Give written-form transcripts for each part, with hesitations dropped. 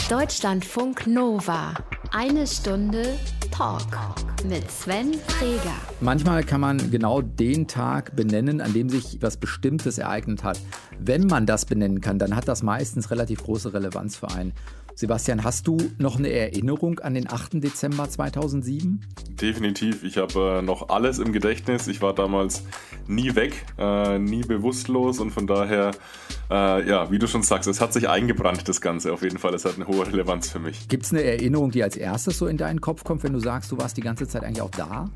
Deutschlandfunk Nova. Eine Stunde Talk mit Sven Freger. Manchmal kann man genau den Tag benennen, an dem sich etwas Bestimmtes ereignet hat. Wenn man das benennen kann, dann hat das meistens relativ große Relevanz für einen. Sebastian, hast du noch eine Erinnerung an den 8. Dezember 2007? Definitiv. Ich habe noch alles im Gedächtnis. Ich war damals nie weg, nie bewusstlos und von daher, wie du schon sagst, es hat sich eingebrannt, das Ganze auf jeden Fall. Es hat eine hohe Relevanz für mich. Gibt es eine Erinnerung, die als erstes so in deinen Kopf kommt, wenn du sagst, du warst die ganze Zeit eigentlich auch da?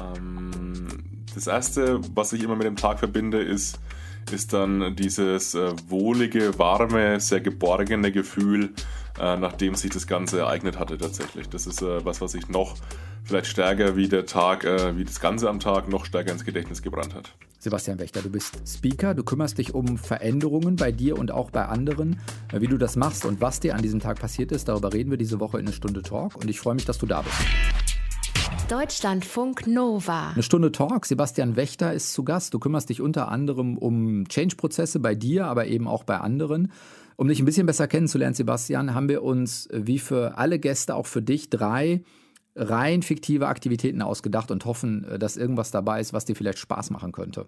Das Erste, was ich immer mit dem Tag verbinde, ist dann dieses wohlige, warme, sehr geborgene Gefühl, nachdem sich das Ganze ereignet hatte tatsächlich. Das ist was ich noch vielleicht stärker wie der Tag, wie das Ganze am Tag noch stärker ins Gedächtnis gebrannt hat. Sebastian Wächter, du bist Speaker, du kümmerst dich um Veränderungen bei dir und auch bei anderen. Wie du das machst und was dir an diesem Tag passiert ist, darüber reden wir diese Woche in einer Stunde Talk und ich freue mich, dass du da bist. Deutschlandfunk Nova. Eine Stunde Talk. Sebastian Wächter ist zu Gast. Du kümmerst dich unter anderem um Change-Prozesse bei dir, aber eben auch bei anderen. Um dich ein bisschen besser kennenzulernen, Sebastian, haben wir uns, wie für alle Gäste, auch für dich, 3 rein fiktive Aktivitäten ausgedacht und hoffen, dass irgendwas dabei ist, was dir vielleicht Spaß machen könnte.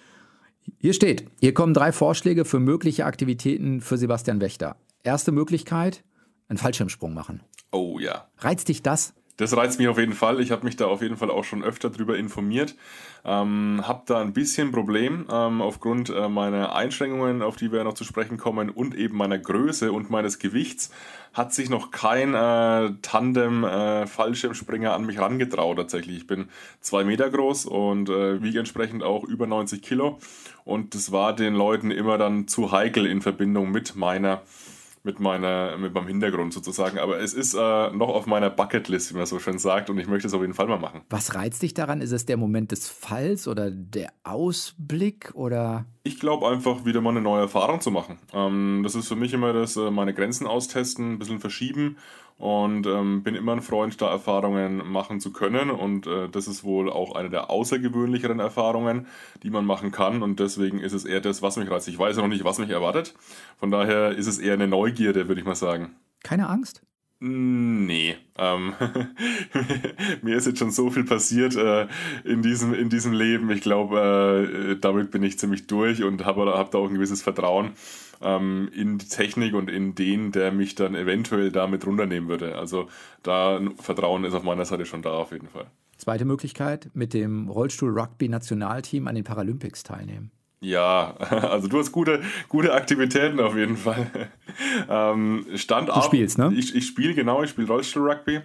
Hier kommen 3 Vorschläge für mögliche Aktivitäten für Sebastian Wächter. Erste Möglichkeit, einen Fallschirmsprung machen. Oh ja. Reizt dich das? Das reizt mich auf jeden Fall. Ich habe mich da auf jeden Fall auch schon öfter drüber informiert. Habe da ein bisschen Problem aufgrund meiner Einschränkungen, auf die wir noch zu sprechen kommen, und eben meiner Größe und meines Gewichts hat sich noch kein Tandem-Fallschirmspringer an mich rangetraut tatsächlich. Ich bin 2 Meter groß und wiege entsprechend auch über 90 Kilo. Und das war den Leuten immer dann zu heikel in Verbindung mit meinem Hintergrund sozusagen. Aber es ist noch auf meiner Bucketlist, wie man so schön sagt, und ich möchte es auf jeden Fall mal machen. Was reizt dich daran? Ist es der Moment des Falls oder der Ausblick oder? Ich glaube einfach, wieder mal eine neue Erfahrung zu machen. Das ist für mich immer das, meine Grenzen austesten, ein bisschen verschieben und bin immer ein Freund, da Erfahrungen machen zu können und das ist wohl auch eine der außergewöhnlicheren Erfahrungen, die man machen kann und deswegen ist es eher das, was mich reizt. Ich weiß ja noch nicht, was mich erwartet, von daher ist es eher eine Neugierde, würde ich mal sagen. Keine Angst? Nee, mir ist jetzt schon so viel passiert in diesem Leben. Ich glaube, damit bin ich ziemlich durch und hab da auch ein gewisses Vertrauen in die Technik und in den, der mich dann eventuell damit runternehmen würde. Also da Vertrauen ist auf meiner Seite schon da auf jeden Fall. Zweite Möglichkeit, mit dem Rollstuhl-Rugby-Nationalteam an den Paralympics teilnehmen. Ja, also du hast gute Aktivitäten auf jeden Fall. Du spielst, ne? Ich spiele Rollstuhl-Rugby.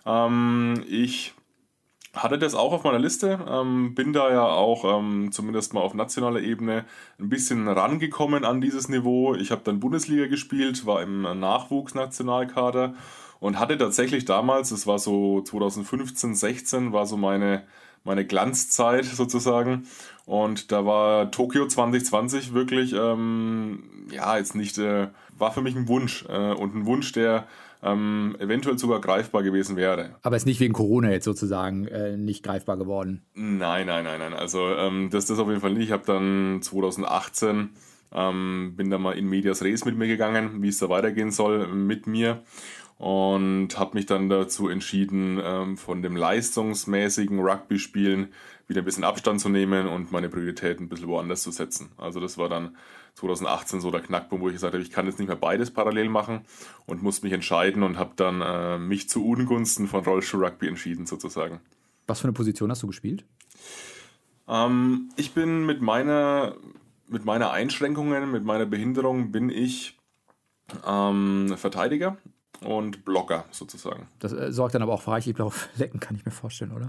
Ich hatte das auch auf meiner Liste, bin da ja auch zumindest mal auf nationaler Ebene ein bisschen rangekommen an dieses Niveau. Ich habe dann Bundesliga gespielt, war im Nachwuchsnationalkader und hatte tatsächlich damals, das war so 2015, 16, war so meine Glanzzeit sozusagen. Und da war Tokio 2020 wirklich, jetzt nicht, war für mich ein Wunsch und ein Wunsch, der eventuell sogar greifbar gewesen wäre. Aber ist nicht wegen Corona jetzt sozusagen nicht greifbar geworden? Nein. Also das auf jeden Fall nicht. Ich habe dann 2018, bin da mal in medias res mit mir gegangen, wie es da weitergehen soll mit mir. Und habe mich dann dazu entschieden, von dem leistungsmäßigen Rugby-Spielen wieder ein bisschen Abstand zu nehmen und meine Prioritäten ein bisschen woanders zu setzen. Also das war dann 2018 so der Knackpunkt, wo ich gesagt habe, ich kann jetzt nicht mehr beides parallel machen und musste mich entscheiden und habe dann mich zu Ungunsten von Rollstuhl-Rugby entschieden sozusagen. Was für eine Position hast du gespielt? Ich bin mit meiner Einschränkungen, mit meiner Behinderung bin ich Verteidiger und Blocker sozusagen. Das sorgt dann aber auch für reichlich blaue Flecken, kann ich mir vorstellen, oder?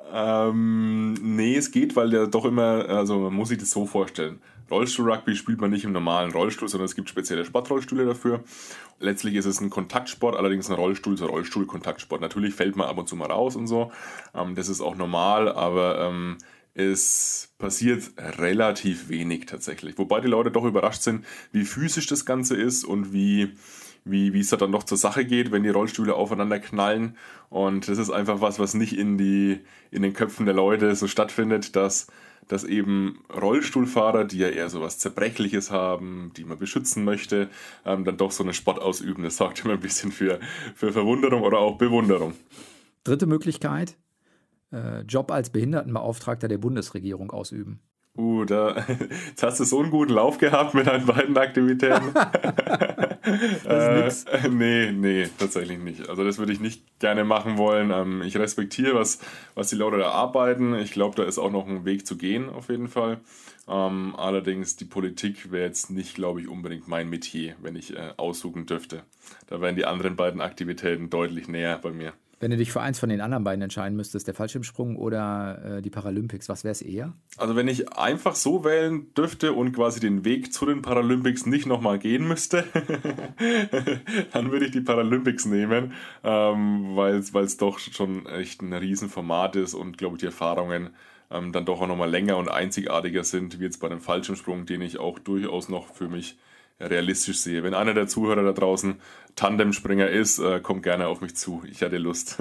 Nee, es geht, weil der doch immer, also man muss sich das so vorstellen. Rollstuhl-Rugby spielt man nicht im normalen Rollstuhl, sondern es gibt spezielle Sportrollstühle dafür. Letztlich ist es ein Kontaktsport, allerdings ein Rollstuhl, so Rollstuhl-Kontaktsport. Natürlich fällt man ab und zu mal raus und so. Das ist auch normal, aber es passiert relativ wenig tatsächlich. Wobei die Leute doch überrascht sind, wie physisch das Ganze ist und wie es da dann doch zur Sache geht, wenn die Rollstühle aufeinander knallen. Und das ist einfach was nicht in den Köpfen der Leute so stattfindet, dass dass eben Rollstuhlfahrer, die ja eher so was Zerbrechliches haben, die man beschützen möchte, dann doch so einen Spott ausüben. Das sorgt immer ein bisschen für Verwunderung oder auch Bewunderung. Dritte Möglichkeit, Job als Behindertenbeauftragter der Bundesregierung ausüben. Jetzt hast du so einen guten Lauf gehabt mit deinen beiden Aktivitäten. Das ist nix. Nee, tatsächlich nicht. Also das würde ich nicht gerne machen wollen. Ich respektiere, was die Leute da arbeiten. Ich glaube, da ist auch noch ein Weg zu gehen, auf jeden Fall. Allerdings, die Politik wäre jetzt nicht, glaube ich, unbedingt mein Metier, wenn ich aussuchen dürfte. Da wären die anderen beiden Aktivitäten deutlich näher bei mir. Wenn du dich für eins von den anderen beiden entscheiden müsstest, der Fallschirmsprung oder die Paralympics, was wäre es eher? Also wenn ich einfach so wählen dürfte und quasi den Weg zu den Paralympics nicht nochmal gehen müsste, dann würde ich die Paralympics nehmen, weil es doch schon echt ein Riesenformat ist und, glaube ich, die Erfahrungen dann doch auch nochmal länger und einzigartiger sind, wie jetzt bei dem Fallschirmsprung, den ich auch durchaus noch für mich realistisch sehe. Wenn einer der Zuhörer da draußen Tandemspringer ist, kommt gerne auf mich zu. Ich hatte Lust.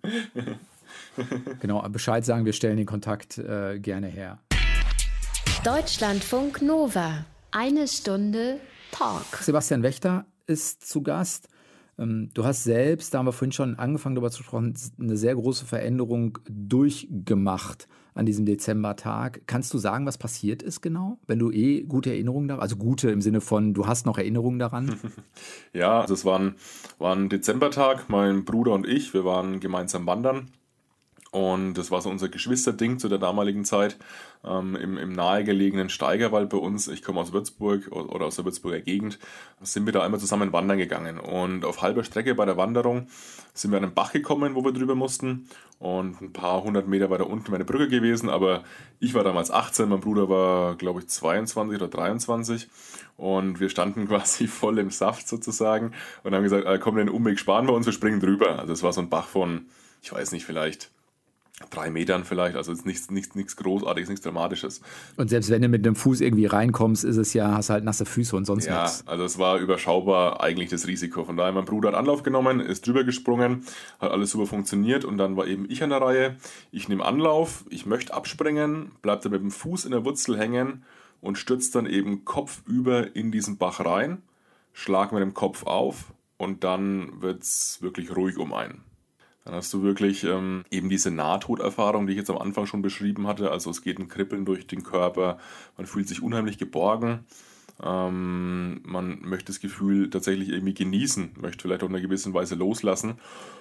Genau, Bescheid sagen, wir stellen den Kontakt gerne her. Deutschlandfunk Nova. Eine Stunde Talk. Sebastian Wächter ist zu Gast. Du hast selbst, da haben wir vorhin schon angefangen darüber zu sprechen, eine sehr große Veränderung durchgemacht an diesem Dezembertag. Kannst du sagen, was passiert ist genau? Wenn du gute Erinnerungen daran, also gute im Sinne von, du hast noch Erinnerungen daran? Ja, also es war ein Dezembertag, mein Bruder und ich, wir waren gemeinsam wandern. Und das war so unser Geschwisterding zu der damaligen Zeit im nahegelegenen Steigerwald bei uns. Ich komme aus Würzburg oder aus der Würzburger Gegend. Sind wir da einmal zusammen wandern gegangen. Und auf halber Strecke bei der Wanderung sind wir an einen Bach gekommen, wo wir drüber mussten. Und ein paar hundert Meter weiter unten wäre eine Brücke gewesen. Aber ich war damals 18, mein Bruder war, glaube ich, 22 oder 23. Und wir standen quasi voll im Saft sozusagen und haben gesagt, komm, den Umweg sparen wir uns, wir springen drüber. Also es war so ein Bach von, ich weiß nicht, vielleicht 3 Metern vielleicht, also ist nichts Großartiges, nichts Dramatisches. Und selbst wenn du mit einem Fuß irgendwie reinkommst, ist es ja, hast halt nasse Füße und sonst nichts. Ja, also es war überschaubar eigentlich das Risiko. Von daher, mein Bruder hat Anlauf genommen, ist drüber gesprungen, hat alles super funktioniert und dann war eben ich an der Reihe. Ich nehme Anlauf, ich möchte abspringen, bleib dann mit dem Fuß in der Wurzel hängen und stürzt dann eben kopfüber in diesen Bach rein, schlag mit dem Kopf auf und dann wird es wirklich ruhig um einen. Dann hast du wirklich eben diese Nahtoderfahrung, die ich jetzt am Anfang schon beschrieben hatte. Also es geht ein Kribbeln durch den Körper, man fühlt sich unheimlich geborgen. Man möchte das Gefühl tatsächlich irgendwie genießen, möchte vielleicht auch in einer gewissen Weise loslassen.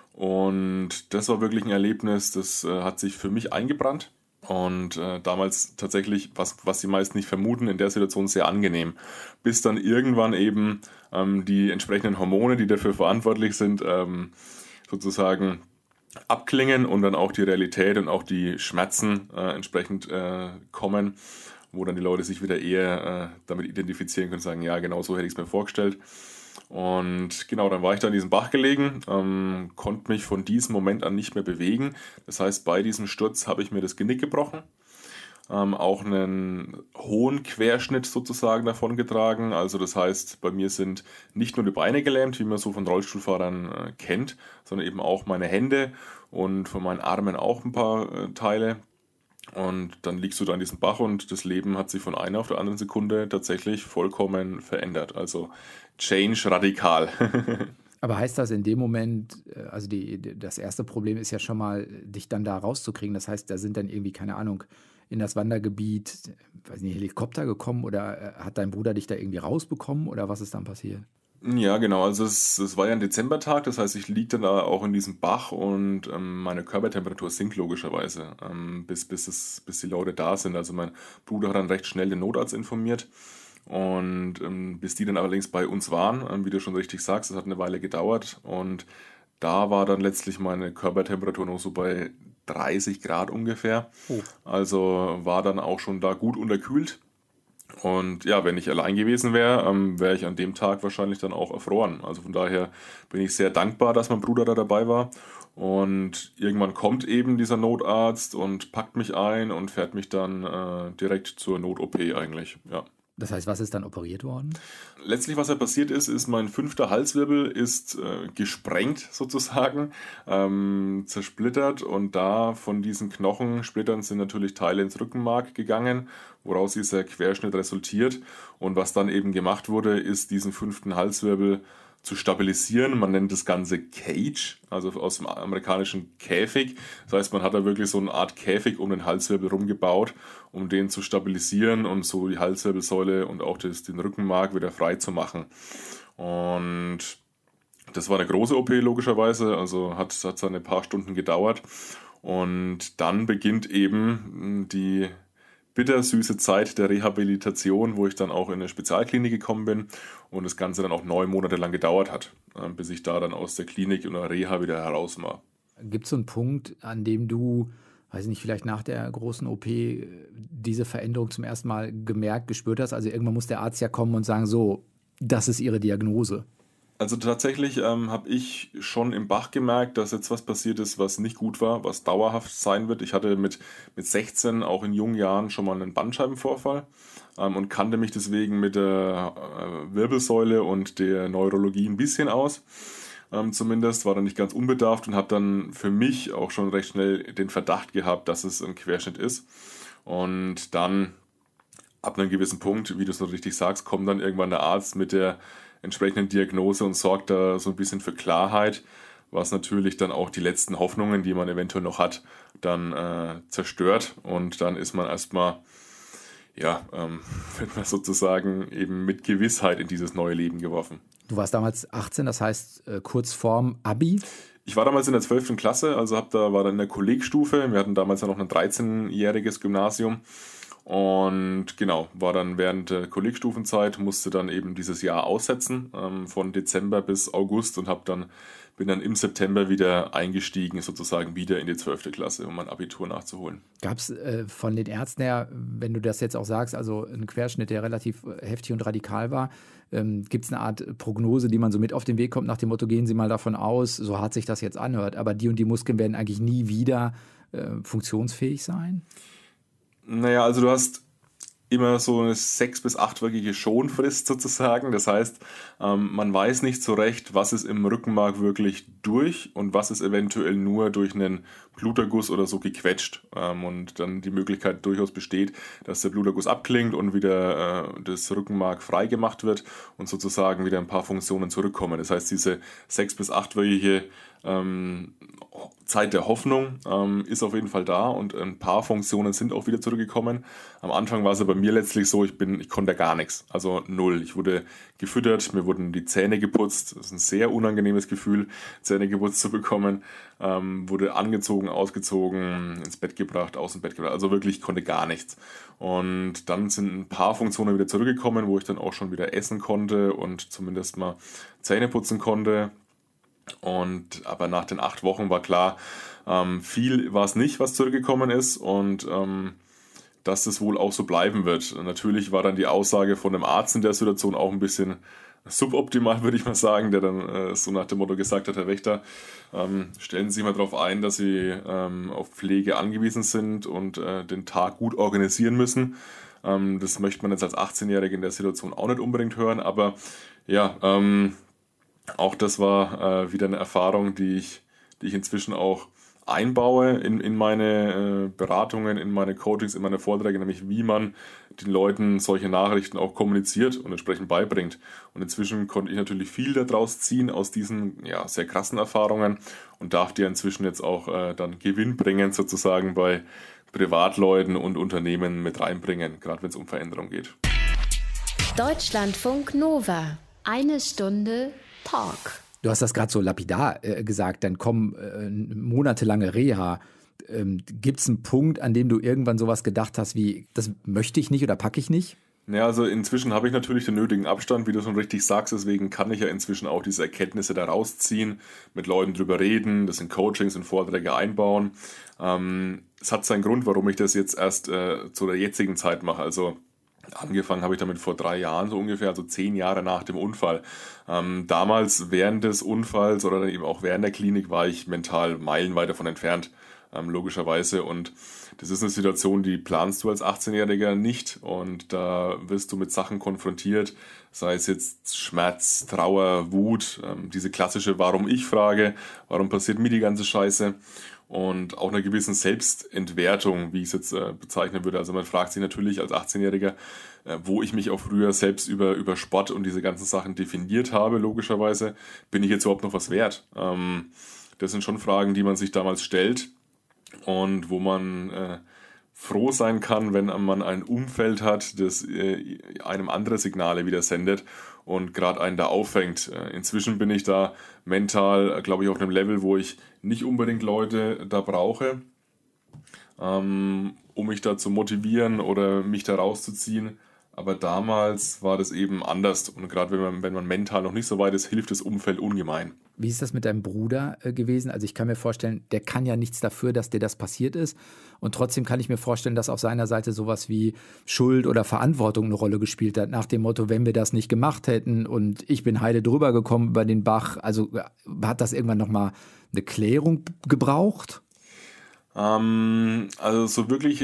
Und das war wirklich ein Erlebnis, das hat sich für mich eingebrannt. Und damals tatsächlich, was die meisten nicht vermuten, in der Situation sehr angenehm. Bis dann irgendwann eben die entsprechenden Hormone, die dafür verantwortlich sind, sozusagen abklingen und dann auch die Realität und auch die Schmerzen entsprechend kommen, wo dann die Leute sich wieder eher damit identifizieren können und sagen, ja, genau so hätte ich es mir vorgestellt. Und genau, dann war ich da in diesem Bach gelegen, konnte mich von diesem Moment an nicht mehr bewegen. Das heißt, bei diesem Sturz habe ich mir das Genick gebrochen. Auch einen hohen Querschnitt sozusagen davon getragen. Also das heißt, bei mir sind nicht nur die Beine gelähmt, wie man so von Rollstuhlfahrern kennt, sondern eben auch meine Hände und von meinen Armen auch ein paar Teile. Und dann liegst du da in diesem Bach und das Leben hat sich von einer auf der anderen Sekunde tatsächlich vollkommen verändert. Also Change radikal. Aber heißt das in dem Moment, also das erste Problem ist ja schon mal, dich dann da rauszukriegen. Das heißt, da sind dann irgendwie, keine Ahnung, in das Wandergebiet, weiß nicht, Helikopter gekommen oder hat dein Bruder dich da irgendwie rausbekommen oder was ist dann passiert? Ja, genau, also es war ja ein Dezembertag, das heißt, ich liege dann da auch in diesem Bach und meine Körpertemperatur sinkt logischerweise, bis die Leute da sind. Also mein Bruder hat dann recht schnell den Notarzt informiert und bis die dann allerdings bei uns waren, wie du schon richtig sagst, das hat eine Weile gedauert und da war dann letztlich meine Körpertemperatur noch so bei 30 Grad ungefähr. Oh. Also war dann auch schon da gut unterkühlt. Und ja, wenn ich allein gewesen wäre, wäre ich an dem Tag wahrscheinlich dann auch erfroren. Also von daher bin ich sehr dankbar, dass mein Bruder da dabei war. Und irgendwann kommt eben dieser Notarzt und packt mich ein und fährt mich dann direkt zur Not-OP eigentlich, ja. Das heißt, was ist dann operiert worden? Letztlich, was ja passiert ist mein 5. Halswirbel ist gesprengt sozusagen, zersplittert, und da von diesen Knochensplittern sind natürlich Teile ins Rückenmark gegangen, woraus dieser Querschnitt resultiert. Und was dann eben gemacht wurde, ist diesen 5. Halswirbel zu stabilisieren. Man nennt das Ganze Cage, also aus dem amerikanischen Käfig. Das heißt, man hat da wirklich so eine Art Käfig um den Halswirbel rumgebaut, um den zu stabilisieren und so die Halswirbelsäule und auch den Rückenmark wieder frei zu machen. Und das war eine große OP logischerweise, also hat seine paar Stunden gedauert. Und dann beginnt eben die bittersüße Zeit der Rehabilitation, wo ich dann auch in eine Spezialklinik gekommen bin und das Ganze dann auch 9 Monate lang gedauert hat, bis ich da dann aus der Klinik und der Reha wieder heraus war. Gibt es so einen Punkt, an dem du, weiß nicht, vielleicht nach der großen OP diese Veränderung zum ersten Mal gespürt hast? Also irgendwann muss der Arzt ja kommen und sagen, so, das ist Ihre Diagnose. Also tatsächlich habe ich schon im Bach gemerkt, dass jetzt was passiert ist, was nicht gut war, was dauerhaft sein wird. Ich hatte mit 16 auch in jungen Jahren schon mal einen Bandscheibenvorfall und kannte mich deswegen mit der Wirbelsäule und der Neurologie ein bisschen aus. Zumindest war dann nicht ganz unbedarft und habe dann für mich auch schon recht schnell den Verdacht gehabt, dass es ein Querschnitt ist. Und dann ab einem gewissen Punkt, wie du es noch richtig sagst, kommt dann irgendwann der Arzt mit der entsprechenden Diagnose und sorgt da so ein bisschen für Klarheit, was natürlich dann auch die letzten Hoffnungen, die man eventuell noch hat, dann zerstört, und dann ist man erstmal, wird man sozusagen eben mit Gewissheit in dieses neue Leben geworfen. Du warst damals 18, das heißt kurz vorm Abi? Ich war damals in der 12. Klasse, also war dann in der Kollegstufe. Wir hatten damals ja noch ein 13-jähriges Gymnasium. Und genau, war dann während der Kollegstufenzeit, musste dann eben dieses Jahr aussetzen, von Dezember bis August, und bin dann im September wieder eingestiegen, sozusagen wieder in die 12. Klasse, um mein Abitur nachzuholen. Gab es von den Ärzten her, wenn du das jetzt auch sagst, also einen Querschnitt, der relativ heftig und radikal war, gibt es eine Art Prognose, die man so mit auf den Weg kommt, nach dem Motto, gehen Sie mal davon aus, so hart sich das jetzt anhört, aber die und die Muskeln werden eigentlich nie wieder funktionsfähig sein? Naja, also du hast immer so eine 6- bis 8-wöchige Schonfrist sozusagen. Das heißt, man weiß nicht so recht, was ist im Rückenmark wirklich durch und was ist eventuell nur durch einen Bluterguss oder so gequetscht. Und dann die Möglichkeit durchaus besteht, dass der Bluterguss abklingt und wieder das Rückenmark frei gemacht wird und sozusagen wieder ein paar Funktionen zurückkommen. Das heißt, diese 6- bis 8-wöchige Zeit der Hoffnung ist auf jeden Fall da, und ein paar Funktionen sind auch wieder zurückgekommen. Am Anfang war es bei mir letztlich so, ich konnte gar nichts, also null. Ich wurde gefüttert, mir wurden die Zähne geputzt, das ist ein sehr unangenehmes Gefühl, Zähne geputzt zu bekommen, wurde angezogen, ausgezogen, ins Bett gebracht, aus dem Bett gebracht, also wirklich, ich konnte gar nichts. Und dann sind ein paar Funktionen wieder zurückgekommen, wo ich dann auch schon wieder essen konnte und zumindest mal Zähne putzen konnte. Aber nach den 8 Wochen war klar, viel war es nicht, was zurückgekommen ist, und dass es wohl auch so bleiben wird. Natürlich war dann die Aussage von dem Arzt in der Situation auch ein bisschen suboptimal, würde ich mal sagen, der dann so nach dem Motto gesagt hat, Herr Wächter, stellen Sie sich mal darauf ein, dass Sie auf Pflege angewiesen sind und den Tag gut organisieren müssen. Das möchte man jetzt als 18-Jähriger in der Situation auch nicht unbedingt hören, aber ja, auch das war wieder eine Erfahrung, die ich inzwischen auch einbaue in meine Beratungen, in meine Coachings, in meine Vorträge, nämlich wie man den Leuten solche Nachrichten auch kommuniziert und entsprechend beibringt. Und inzwischen konnte ich natürlich viel daraus ziehen aus diesen sehr krassen Erfahrungen und darf dir inzwischen jetzt auch dann gewinnbringend sozusagen bei Privatleuten und Unternehmen mit reinbringen, gerade wenn es um Veränderung geht. Deutschlandfunk Nova. 1 Stunde Talk. Du hast das gerade so lapidar gesagt, dann kommen monatelange Reha. Gibt es einen Punkt, an dem du irgendwann sowas gedacht hast wie, das möchte ich nicht oder packe ich nicht? Ja, also inzwischen habe ich natürlich den nötigen Abstand, wie du schon richtig sagst, deswegen kann ich ja inzwischen auch diese Erkenntnisse da rausziehen, mit Leuten drüber reden, das in Coachings und Vorträge einbauen. Es hat seinen Grund, warum ich das jetzt erst zu der jetzigen Zeit mache, also angefangen habe ich damit vor 3 Jahren so ungefähr, also 10 Jahre nach dem Unfall. Damals während des Unfalls oder dann eben auch während der Klinik war ich mental meilenweit davon entfernt, logischerweise. Und das ist eine Situation, die planst du als 18-Jähriger nicht. Und da wirst du mit Sachen konfrontiert, sei es jetzt Schmerz, Trauer, Wut, diese klassische Warum-Ich-Frage, warum passiert mir die ganze Scheiße? Und auch einer gewissen Selbstentwertung, wie ich es jetzt bezeichnen würde. Also man fragt sich natürlich als 18-Jähriger, wo ich mich auch früher selbst über Sport und diese ganzen Sachen definiert habe, logischerweise. Bin ich jetzt überhaupt noch was wert? Das sind schon Fragen, die man sich damals stellt und wo man froh sein kann, wenn man ein Umfeld hat, das einem andere Signale wieder sendet und gerade einen da auffängt. Inzwischen bin ich da mental, glaube ich, auf einem Level, wo ich nicht unbedingt Leute da brauche, um mich da zu motivieren oder mich da rauszuziehen. Aber damals war das eben anders. Und gerade wenn man mental noch nicht so weit ist, hilft das Umfeld ungemein. Wie ist das mit deinem Bruder gewesen? Also ich kann mir vorstellen, der kann ja nichts dafür, dass dir das passiert ist. Und trotzdem kann ich mir vorstellen, dass auf seiner Seite sowas wie Schuld oder Verantwortung eine Rolle gespielt hat. Nach dem Motto, wenn wir das nicht gemacht hätten und ich bin heile drüber gekommen über den Bach. Also hat das irgendwann nochmal eine Klärung gebraucht? Also so wirklich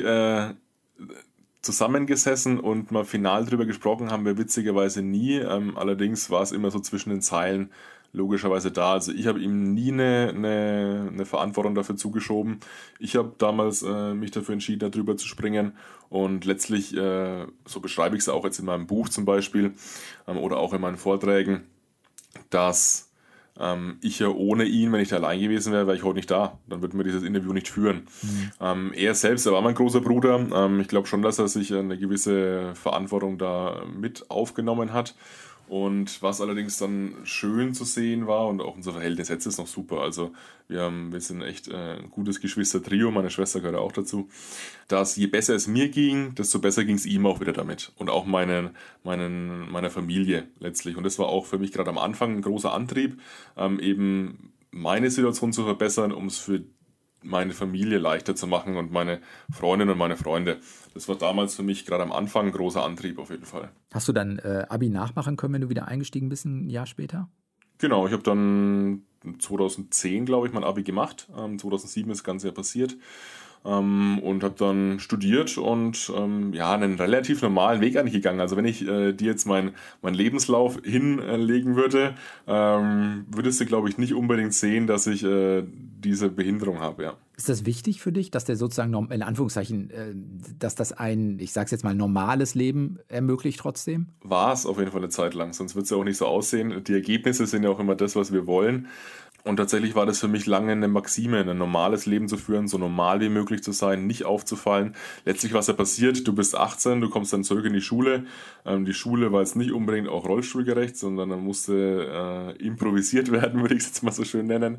zusammengesessen und mal final drüber gesprochen haben wir witzigerweise nie. Allerdings war es immer so zwischen den Zeilen logischerweise da. Also ich habe ihm nie eine Verantwortung dafür zugeschoben. Ich habe damals mich dafür entschieden, darüber zu springen. Und letztlich, so beschreibe ich es auch jetzt in meinem Buch zum Beispiel oder auch in meinen Vorträgen, dass ich ja ohne ihn, wenn ich da allein gewesen wäre, wäre ich heute nicht da. Dann würden wir dieses Interview nicht führen. Er selbst, er war mein großer Bruder. Ich glaube schon, dass er sich eine gewisse Verantwortung da mit aufgenommen hat. Und was allerdings dann schön zu sehen war, und auch unser Verhältnis jetzt ist noch super, also wir sind echt ein gutes Geschwister-Trio, meine Schwester gehört auch dazu, dass je besser es mir ging, desto besser ging es ihm auch wieder damit und auch meiner Familie letztlich. Und das war auch für mich gerade am Anfang ein großer Antrieb, eben meine Situation zu verbessern, um es für meine Familie leichter zu machen und meine Freundin und meine Freunde. Das war damals für mich gerade am Anfang ein großer Antrieb auf jeden Fall. Hast du dann Abi nachmachen können, wenn du wieder eingestiegen bist, ein Jahr später? Genau, ich habe dann 2010, glaube ich, mein Abi gemacht. 2007 ist das Ganze ja passiert. Und habe dann studiert und einen relativ normalen Weg eigentlich gegangen. Also wenn ich dir jetzt meinen Lebenslauf hinlegen würde, würdest du, glaube ich, nicht unbedingt sehen, dass ich diese Behinderung habe, ja. Ist das wichtig für dich, dass der sozusagen, in Anführungszeichen, dass das ein, ich sage es jetzt mal, normales Leben ermöglicht trotzdem? War es auf jeden Fall eine Zeit lang, sonst wird es ja auch nicht so aussehen. Die Ergebnisse sind ja auch immer das, was wir wollen. Und tatsächlich war das für mich lange eine Maxime, ein normales Leben zu führen, so normal wie möglich zu sein, nicht aufzufallen. Letztlich, was ja passiert, du bist 18, du kommst dann zurück in die Schule. Die Schule war jetzt nicht unbedingt auch rollstuhlgerecht, sondern dann musste improvisiert werden, würde ich es jetzt mal so schön nennen.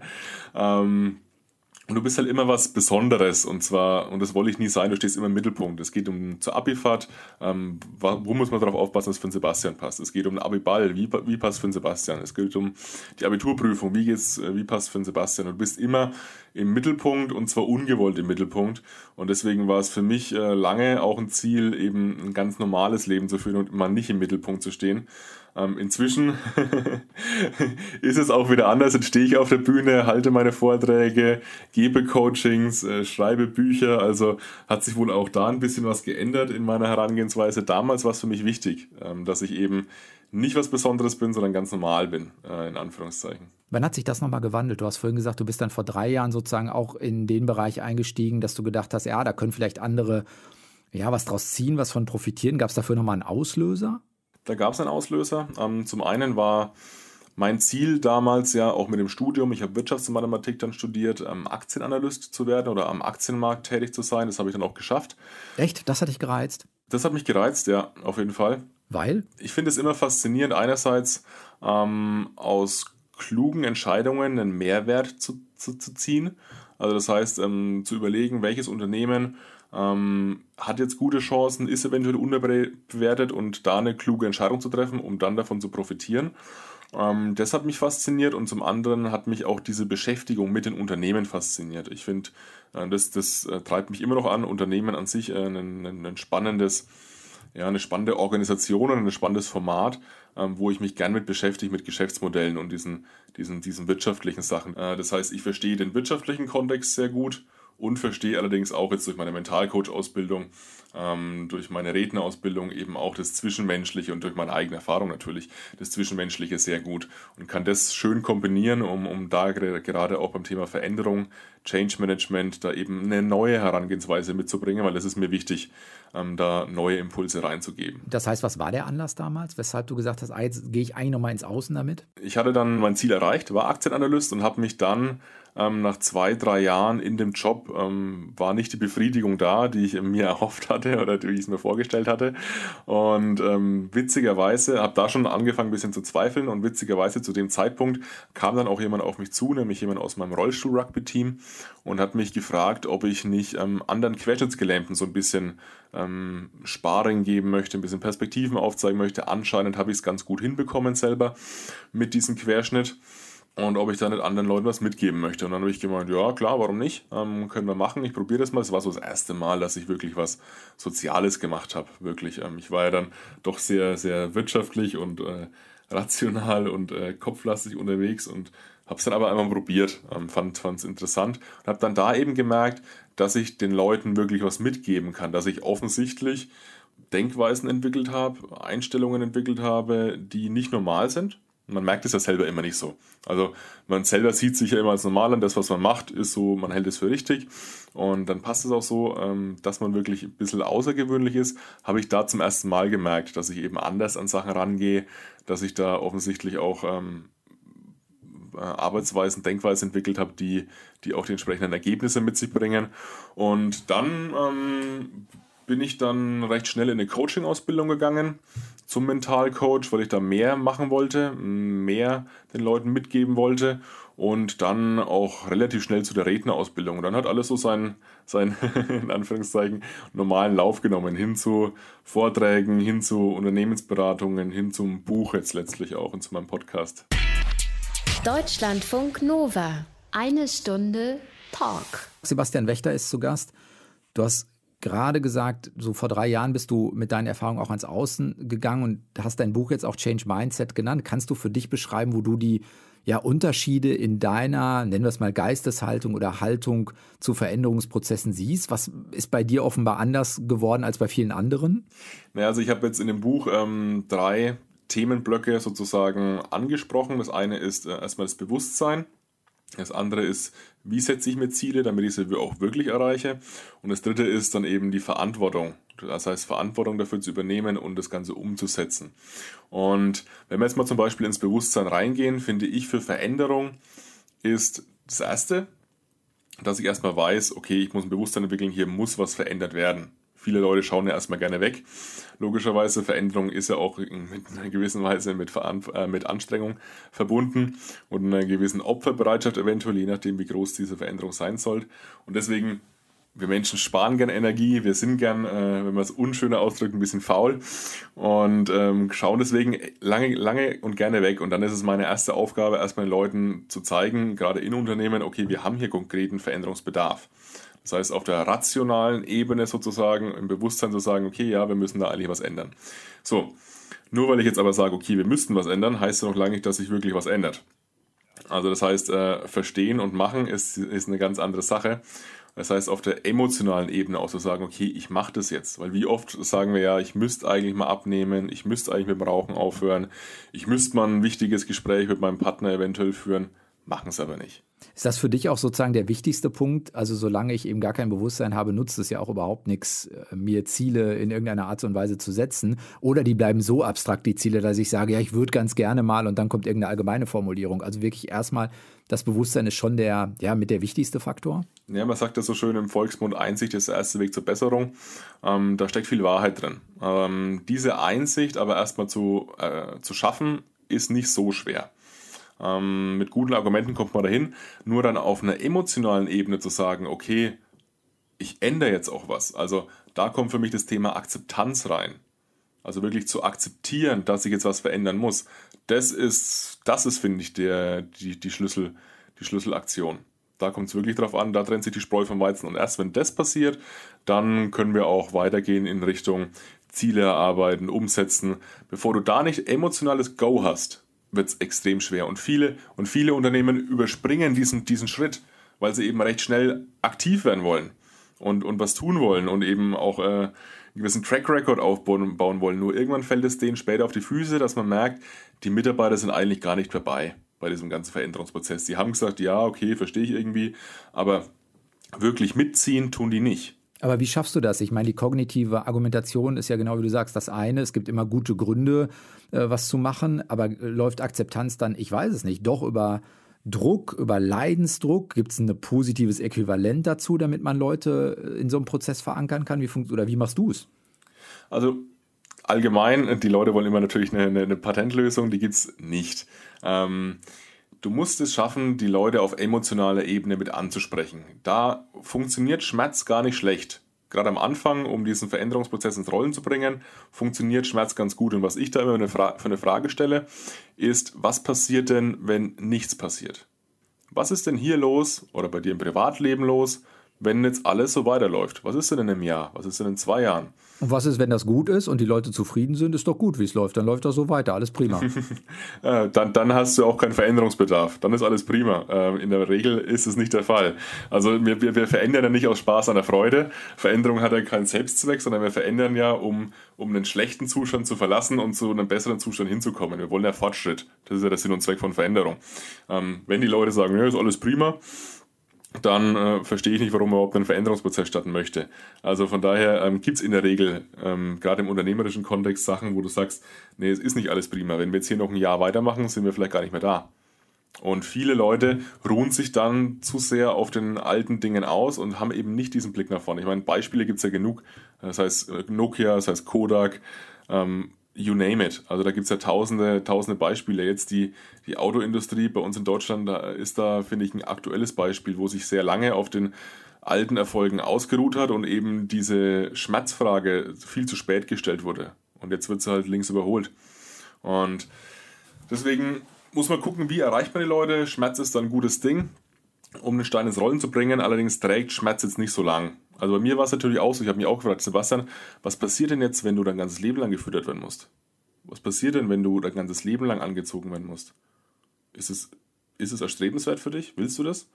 Und du bist halt immer was Besonderes und das wollte ich nie sein, du stehst immer im Mittelpunkt. Es geht zur Abifahrt, wo muss man darauf aufpassen, dass es für den Sebastian passt. Es geht um den Abiball, wie passt für den Sebastian. Es geht um die Abiturprüfung, wie passt für den Sebastian. Und du bist immer im Mittelpunkt und zwar ungewollt im Mittelpunkt. Und deswegen war es für mich lange auch ein Ziel, eben ein ganz normales Leben zu führen und mal nicht im Mittelpunkt zu stehen. Inzwischen ist es auch wieder anders. Jetzt stehe ich auf der Bühne, halte meine Vorträge, gebe Coachings, schreibe Bücher. Also hat sich wohl auch da ein bisschen was geändert in meiner Herangehensweise. Damals war es für mich wichtig, dass ich eben nicht was Besonderes bin, sondern ganz normal bin, in Anführungszeichen. Wann hat sich das nochmal gewandelt? Du hast vorhin gesagt, du bist dann vor 3 Jahren sozusagen auch in den Bereich eingestiegen, dass du gedacht hast, ja, da können vielleicht andere was draus ziehen, was von profitieren. Gab es dafür nochmal einen Auslöser? Da gab es einen Auslöser. Zum einen war mein Ziel damals ja auch mit dem Studium, ich habe Wirtschaftsmathematik dann studiert, Aktienanalyst zu werden oder am Aktienmarkt tätig zu sein. Das habe ich dann auch geschafft. Echt? Das hat dich gereizt? Das hat mich gereizt, ja, auf jeden Fall. Weil? Ich finde es immer faszinierend, einerseits aus klugen Entscheidungen einen Mehrwert zu ziehen. Also das heißt, zu überlegen, welches Unternehmen hat jetzt gute Chancen, ist eventuell unterbewertet und da eine kluge Entscheidung zu treffen, um dann davon zu profitieren. Das hat mich fasziniert und zum anderen hat mich auch diese Beschäftigung mit den Unternehmen fasziniert. Ich finde, das treibt mich immer noch an, Unternehmen an sich eine spannende Organisation und ein spannendes Format, wo ich mich gern mit beschäftige, mit Geschäftsmodellen und diesen wirtschaftlichen Sachen. Das heißt, ich verstehe den wirtschaftlichen Kontext sehr gut und verstehe allerdings auch jetzt durch meine Mentalcoach-Ausbildung, durch meine Rednerausbildung eben auch das Zwischenmenschliche und durch meine eigene Erfahrung natürlich das Zwischenmenschliche sehr gut und kann das schön kombinieren, um da gerade auch beim Thema Veränderung, Change Management, da eben eine neue Herangehensweise mitzubringen, weil das ist mir wichtig, da neue Impulse reinzugeben. Das heißt, was war der Anlass damals, weshalb du gesagt hast, jetzt gehe ich eigentlich nochmal ins Außen damit? Ich hatte dann mein Ziel erreicht, war Aktienanalyst und habe mich dann nach 2-3 Jahren in dem Job, war nicht die Befriedigung da, die ich mir erhofft hatte oder wie ich es mir vorgestellt hatte. Und witzigerweise habe da schon angefangen ein bisschen zu zweifeln und witzigerweise zu dem Zeitpunkt kam dann auch jemand auf mich zu, nämlich jemand aus meinem Rollstuhl-Rugby-Team und hat mich gefragt, ob ich nicht anderen Querschnittsgelähmten so ein bisschen Sparring geben möchte, ein bisschen Perspektiven aufzeigen möchte. Anscheinend habe ich es ganz gut hinbekommen selber mit diesem Querschnitt. Und ob ich da nicht anderen Leuten was mitgeben möchte. Und dann habe ich gemeint, ja klar, warum nicht? Können wir machen, ich probiere das mal. Es war so das erste Mal, dass ich wirklich was Soziales gemacht habe. Wirklich. Ich war ja dann doch sehr, sehr wirtschaftlich und rational und kopflastig unterwegs und habe es dann aber einmal probiert. Fand es interessant und habe dann da eben gemerkt, dass ich den Leuten wirklich was mitgeben kann. Dass ich offensichtlich Denkweisen entwickelt habe, Einstellungen entwickelt habe, die nicht normal sind. Man merkt es ja selber immer nicht so. Also man selber sieht sich ja immer als normal an, das, was man macht, ist so, man hält es für richtig und dann passt es auch so, dass man wirklich ein bisschen außergewöhnlich ist, habe ich da zum ersten Mal gemerkt, dass ich eben anders an Sachen rangehe, dass ich da offensichtlich auch Arbeitsweisen, Denkweisen entwickelt habe, die auch die entsprechenden Ergebnisse mit sich bringen. Und dann bin ich dann recht schnell in eine Coaching-Ausbildung gegangen zum Mentalcoach, weil ich da mehr machen wollte, mehr den Leuten mitgeben wollte und dann auch relativ schnell zu der Rednerausbildung. Und dann hat alles so seinen in Anführungszeichen normalen Lauf genommen, hin zu Vorträgen, hin zu Unternehmensberatungen, hin zum Buch jetzt letztlich auch und zu meinem Podcast. Deutschlandfunk Nova. 1 Stunde Talk. Sebastian Wächter ist zu Gast. Du hast gerade gesagt, so vor 3 Jahren bist du mit deinen Erfahrungen auch ans Außen gegangen und hast dein Buch jetzt auch Change Mindset genannt. Kannst du für dich beschreiben, wo du die Unterschiede in deiner, nennen wir es mal, Geisteshaltung oder Haltung zu Veränderungsprozessen siehst? Was ist bei dir offenbar anders geworden als bei vielen anderen? Naja, also ich habe jetzt in dem Buch 3 Themenblöcke sozusagen angesprochen. Das eine ist erstmal das Bewusstsein. Das andere ist, wie setze ich mir Ziele, damit ich sie auch wirklich erreiche. Und das dritte ist dann eben die Verantwortung. Das heißt, Verantwortung dafür zu übernehmen und das Ganze umzusetzen. Und wenn wir jetzt mal zum Beispiel ins Bewusstsein reingehen, finde ich, für Veränderung ist das Erste, dass ich erstmal weiß, okay, ich muss ein Bewusstsein entwickeln, hier muss was verändert werden. Viele Leute schauen ja erstmal gerne weg. Logischerweise, Veränderung ist ja auch in einer gewissen Weise mit Anstrengung verbunden und einer gewissen Opferbereitschaft eventuell, je nachdem, wie groß diese Veränderung sein soll. Und deswegen, wir Menschen sparen gern Energie, wir sind gern, wenn man es unschöner ausdrückt, ein bisschen faul und schauen deswegen lange und gerne weg. Und dann ist es meine erste Aufgabe, erstmal den Leuten zu zeigen, gerade in Unternehmen, okay, wir haben hier konkreten Veränderungsbedarf. Das heißt, auf der rationalen Ebene sozusagen, im Bewusstsein zu sagen, okay, ja, wir müssen da eigentlich was ändern. So, nur weil ich jetzt aber sage, okay, wir müssten was ändern, heißt ja noch lange nicht, dass sich wirklich was ändert. Also das heißt, verstehen und machen ist eine ganz andere Sache. Das heißt, auf der emotionalen Ebene auch zu sagen, okay, ich mache das jetzt. Weil wie oft sagen wir ja, ich müsste eigentlich mal abnehmen, ich müsste eigentlich mit dem Rauchen aufhören, ich müsste mal ein wichtiges Gespräch mit meinem Partner eventuell führen, machen es aber nicht. Ist das für dich auch sozusagen der wichtigste Punkt? Also solange ich eben gar kein Bewusstsein habe, nutzt es ja auch überhaupt nichts, mir Ziele in irgendeiner Art und Weise zu setzen. Oder die bleiben so abstrakt, die Ziele, dass ich sage, ja, ich würde ganz gerne mal und dann kommt irgendeine allgemeine Formulierung. Also wirklich erstmal, das Bewusstsein ist schon mit der wichtigste Faktor? Ja, man sagt das so schön im Volksmund, Einsicht ist der erste Weg zur Besserung. Da steckt viel Wahrheit drin. Diese Einsicht aber erstmal zu schaffen, ist nicht so schwer. Mit guten Argumenten kommt man dahin, nur dann auf einer emotionalen Ebene zu sagen, okay, ich ändere jetzt auch was. Also da kommt für mich das Thema Akzeptanz rein. Also wirklich zu akzeptieren, dass ich jetzt was verändern muss. Das ist finde ich, die Schlüsselaktion. Da kommt es wirklich drauf an, da trennt sich die Spreu vom Weizen. Und erst wenn das passiert, dann können wir auch weitergehen in Richtung Ziele erarbeiten, umsetzen. Bevor du da nicht emotionales Go hast, wird es extrem schwer. Und viele Unternehmen überspringen diesen Schritt, weil sie eben recht schnell aktiv werden wollen und was tun wollen und eben auch einen gewissen Track Record aufbauen wollen. Nur irgendwann fällt es denen später auf die Füße, dass man merkt, die Mitarbeiter sind eigentlich gar nicht dabei bei diesem ganzen Veränderungsprozess. Die haben gesagt, ja, okay, verstehe ich irgendwie, aber wirklich mitziehen tun die nicht. Aber wie schaffst du das? Ich meine, die kognitive Argumentation ist ja genau wie du sagst, das eine. Es gibt immer gute Gründe, was zu machen, aber läuft Akzeptanz dann, ich weiß es nicht, doch über Druck, über Leidensdruck? Gibt es ein positives Äquivalent dazu, damit man Leute in so einem Prozess verankern kann? Oder wie machst du es? Also allgemein, die Leute wollen immer natürlich eine Patentlösung, die gibt es nicht. Du musst es schaffen, die Leute auf emotionaler Ebene mit anzusprechen. Da funktioniert Schmerz gar nicht schlecht. Gerade am Anfang, um diesen Veränderungsprozess ins Rollen zu bringen, funktioniert Schmerz ganz gut. Und was ich da immer für eine Frage stelle, ist, was passiert denn, wenn nichts passiert? Was ist denn hier los oder bei dir im Privatleben los, wenn jetzt alles so weiterläuft? Was ist denn in einem Jahr? Was ist denn in 2 Jahren? Und was ist, wenn das gut ist und die Leute zufrieden sind? Ist doch gut, wie es läuft. Dann läuft das so weiter, alles prima. Dann hast du auch keinen Veränderungsbedarf. Dann ist alles prima. In der Regel ist es nicht der Fall. Also wir verändern ja nicht aus Spaß an der Freude. Veränderung hat ja keinen Selbstzweck, sondern wir verändern ja, um einen schlechten Zustand zu verlassen und zu einem besseren Zustand hinzukommen. Wir wollen ja Fortschritt. Das ist ja der Sinn und Zweck von Veränderung. Wenn die Leute sagen, ja, ist alles prima, dann verstehe ich nicht, warum man überhaupt einen Veränderungsprozess starten möchte. Also von daher gibt es in der Regel, gerade im unternehmerischen Kontext, Sachen, wo du sagst, nee, es ist nicht alles prima. Wenn wir jetzt hier noch ein Jahr weitermachen, sind wir vielleicht gar nicht mehr da. Und viele Leute ruhen sich dann zu sehr auf den alten Dingen aus und haben eben nicht diesen Blick nach vorne. Ich meine, Beispiele gibt es ja genug. Das heißt Nokia, das heißt Kodak, you name it. Also da gibt es ja tausende Beispiele. Jetzt die Autoindustrie bei uns in Deutschland, da ist finde ich, ein aktuelles Beispiel, wo sich sehr lange auf den alten Erfolgen ausgeruht hat und eben diese Schmerzfrage viel zu spät gestellt wurde. Und jetzt wird sie halt links überholt. Und deswegen muss man gucken, wie erreicht man die Leute. Schmerz ist dann ein gutes Ding, um den Stein ins Rollen zu bringen. Allerdings trägt Schmerz jetzt nicht so lang. Also bei mir war es natürlich auch so, ich habe mich auch gefragt, Sebastian, was passiert denn jetzt, wenn du dein ganzes Leben lang gefüttert werden musst? Was passiert denn, wenn du dein ganzes Leben lang angezogen werden musst? Ist es erstrebenswert für dich? Willst du das?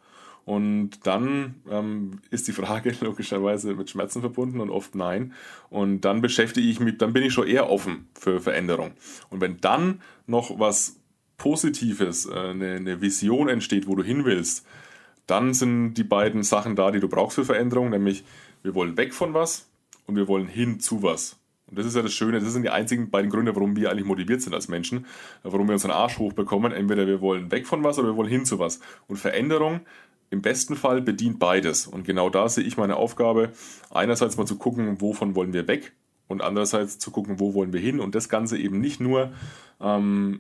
Und dann ist die Frage logischerweise mit Schmerzen verbunden und oft nein. Und dann beschäftige ich mich, dann bin ich schon eher offen für Veränderung. Und wenn dann noch was Positives, eine Vision entsteht, wo du hin willst, dann sind die beiden Sachen da, die du brauchst für Veränderung, nämlich wir wollen weg von was und wir wollen hin zu was. Und das ist ja das Schöne, das sind die einzigen beiden Gründe, warum wir eigentlich motiviert sind als Menschen, warum wir unseren Arsch hochbekommen. Entweder wir wollen weg von was oder wir wollen hin zu was. Und Veränderung im besten Fall bedient beides. Und genau da sehe ich meine Aufgabe, einerseits mal zu gucken, wovon wollen wir weg und andererseits zu gucken, wo wollen wir hin. Und das Ganze eben nicht nur in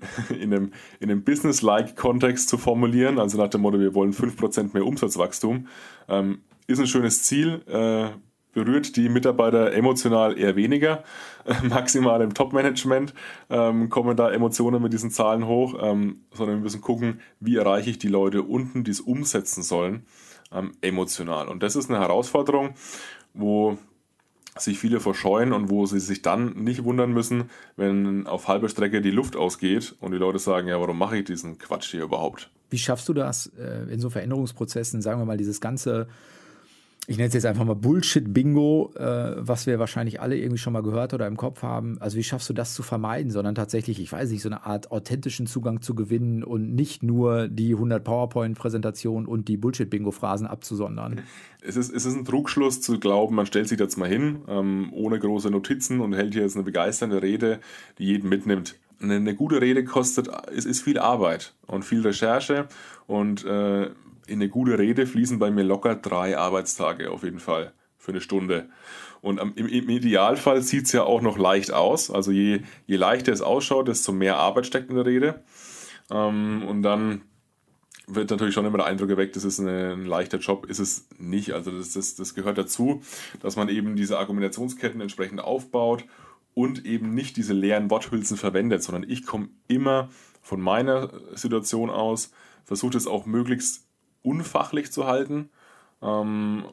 einem Business-like-Kontext zu formulieren, also nach dem Motto, wir wollen 5% mehr Umsatzwachstum, ist ein schönes Ziel, berührt die Mitarbeiter emotional eher weniger, maximal im Top-Management kommen da Emotionen mit diesen Zahlen hoch, sondern wir müssen gucken, wie erreiche ich die Leute unten, die es umsetzen sollen, emotional. Und das ist eine Herausforderung, wo sich viele verscheuen und wo sie sich dann nicht wundern müssen, wenn auf halber Strecke die Luft ausgeht und die Leute sagen, ja, warum mache ich diesen Quatsch hier überhaupt? Wie schaffst du das in so Veränderungsprozessen, sagen wir mal, dieses ganze, ich nenne es jetzt einfach mal Bullshit-Bingo, was wir wahrscheinlich alle irgendwie schon mal gehört oder im Kopf haben. Also wie schaffst du das zu vermeiden, sondern tatsächlich, ich weiß nicht, so eine Art authentischen Zugang zu gewinnen und nicht nur die 100 PowerPoint-Präsentationen und die Bullshit-Bingo-Phrasen abzusondern? Es ist ein Trugschluss zu glauben, man stellt sich jetzt mal hin, ohne große Notizen und hält hier jetzt eine begeisternde Rede, die jeden mitnimmt. Eine gute Rede ist viel Arbeit und viel Recherche und in eine gute Rede fließen bei mir locker 3 Arbeitstage auf jeden Fall für eine Stunde. Und im Idealfall sieht es ja auch noch leicht aus. Also je leichter es ausschaut, desto mehr Arbeit steckt in der Rede. Und dann wird natürlich schon immer der Eindruck erweckt, das ist ein leichter Job. Ist es nicht. Also das gehört dazu, dass man eben diese Argumentationsketten entsprechend aufbaut und eben nicht diese leeren Worthülsen verwendet, sondern ich komme immer von meiner Situation aus, versuche es auch möglichst unfachlich zu halten und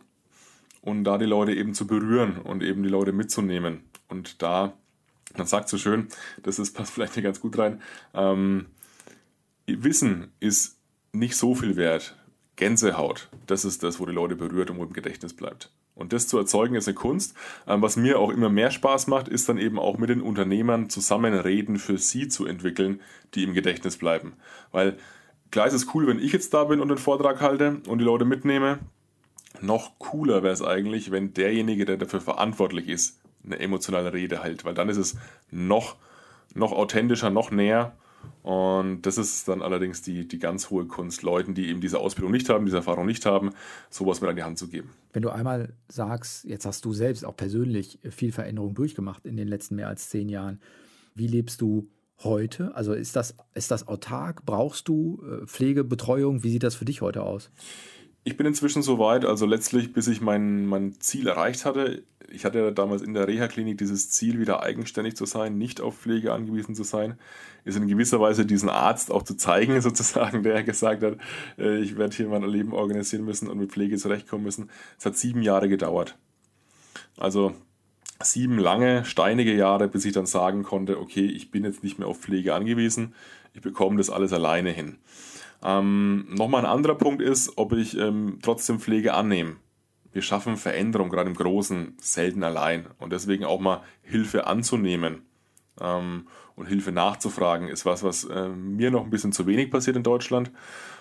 da die Leute eben zu berühren und eben die Leute mitzunehmen. Und da, man sagt so schön, passt vielleicht nicht ganz gut rein, Wissen ist nicht so viel wert. Gänsehaut, das ist das, wo die Leute berührt und wo im Gedächtnis bleibt. Und das zu erzeugen ist eine Kunst. Was mir auch immer mehr Spaß macht, ist dann eben auch mit den Unternehmern zusammen Reden für sie zu entwickeln, die im Gedächtnis bleiben. Weil klar ist es cool, wenn ich jetzt da bin und den Vortrag halte und die Leute mitnehme. Noch cooler wäre es eigentlich, wenn derjenige, der dafür verantwortlich ist, eine emotionale Rede hält. Weil dann ist es noch authentischer, noch näher. Und das ist dann allerdings die ganz hohe Kunst, Leuten, die eben diese Ausbildung nicht haben, diese Erfahrung nicht haben, sowas mit an die Hand zu geben. Wenn du einmal sagst, jetzt hast du selbst auch persönlich viel Veränderung durchgemacht in den letzten mehr als 10 Jahren, wie lebst du heute? Also ist das autark? Brauchst du Pflege, Betreuung? Wie sieht das für dich heute aus? Ich bin inzwischen so weit, also letztlich, bis ich mein Ziel erreicht hatte. Ich hatte ja damals in der Reha-Klinik dieses Ziel, wieder eigenständig zu sein, nicht auf Pflege angewiesen zu sein. Ist in gewisser Weise diesen Arzt auch zu zeigen, sozusagen, der gesagt hat, ich werde hier mein Leben organisieren müssen und mit Pflege zurechtkommen müssen. Es hat 7 Jahre gedauert. Also 7 lange, steinige Jahre, bis ich dann sagen konnte, okay, ich bin jetzt nicht mehr auf Pflege angewiesen, ich bekomme das alles alleine hin. Nochmal ein anderer Punkt ist, ob ich trotzdem Pflege annehme. Wir schaffen Veränderung, gerade im Großen, selten allein. Und deswegen auch mal Hilfe anzunehmen und Hilfe nachzufragen, ist was mir noch ein bisschen zu wenig passiert in Deutschland.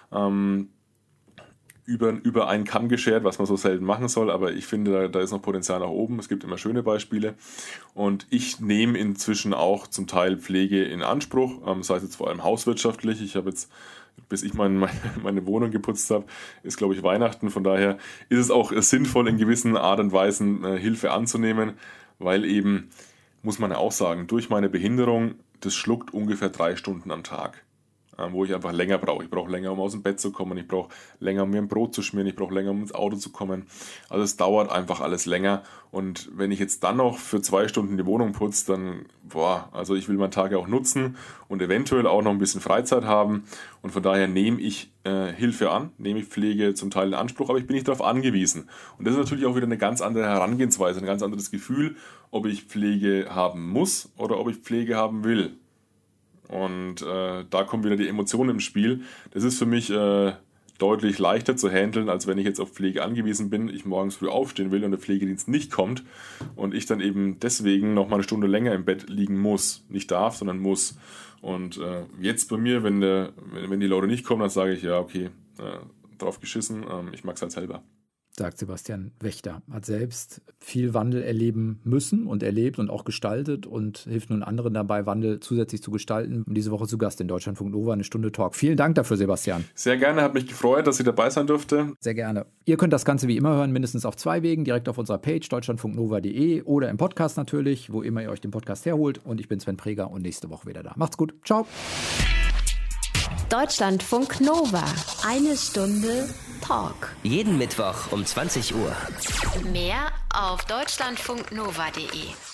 Über einen Kamm geschert, was man so selten machen soll, aber ich finde, da ist noch Potenzial nach oben. Es gibt immer schöne Beispiele und ich nehme inzwischen auch zum Teil Pflege in Anspruch, sei es jetzt vor allem hauswirtschaftlich. Ich habe jetzt, bis ich meine Wohnung geputzt habe, ist glaube ich Weihnachten, von daher ist es auch sinnvoll in gewissen Art und Weisen Hilfe anzunehmen, weil eben, muss man ja auch sagen, durch meine Behinderung, das schluckt ungefähr 3 Stunden am Tag. Wo ich einfach länger brauche. Ich brauche länger, um aus dem Bett zu kommen. Ich brauche länger, um mir ein Brot zu schmieren. Ich brauche länger, um ins Auto zu kommen. Also es dauert einfach alles länger. Und wenn ich jetzt dann noch für 2 Stunden die Wohnung putze, dann, also ich will meinen Tag ja auch nutzen und eventuell auch noch ein bisschen Freizeit haben. Und von daher nehme ich Hilfe an, nehme ich Pflege zum Teil in Anspruch, aber ich bin nicht darauf angewiesen. Und das ist natürlich auch wieder eine ganz andere Herangehensweise, ein ganz anderes Gefühl, ob ich Pflege haben muss oder ob ich Pflege haben will. Und da kommen wieder die Emotionen im Spiel. Das ist für mich deutlich leichter zu handeln, als wenn ich jetzt auf Pflege angewiesen bin, ich morgens früh aufstehen will und der Pflegedienst nicht kommt und ich dann eben deswegen noch mal eine Stunde länger im Bett liegen muss. Nicht darf, sondern muss. Und jetzt bei mir, wenn die Leute nicht kommen, dann sage ich, ja okay, drauf geschissen, ich mag es halt selber. Sagt Sebastian Wächter, hat selbst viel Wandel erleben müssen und erlebt und auch gestaltet und hilft nun anderen dabei, Wandel zusätzlich zu gestalten. Und diese Woche zu Gast in Deutschlandfunk Nova, eine Stunde Talk. Vielen Dank dafür, Sebastian. Sehr gerne, hat mich gefreut, dass ich dabei sein durfte. Sehr gerne. Ihr könnt das Ganze wie immer hören, mindestens auf 2 Wegen, direkt auf unserer Page deutschlandfunknova.de oder im Podcast natürlich, wo immer ihr euch den Podcast herholt. Und ich bin Sven Preger und nächste Woche wieder da. Macht's gut. Ciao. Deutschlandfunk Nova. 1 Stunde Talk. Jeden Mittwoch um 20 Uhr. Mehr auf deutschlandfunknova.de.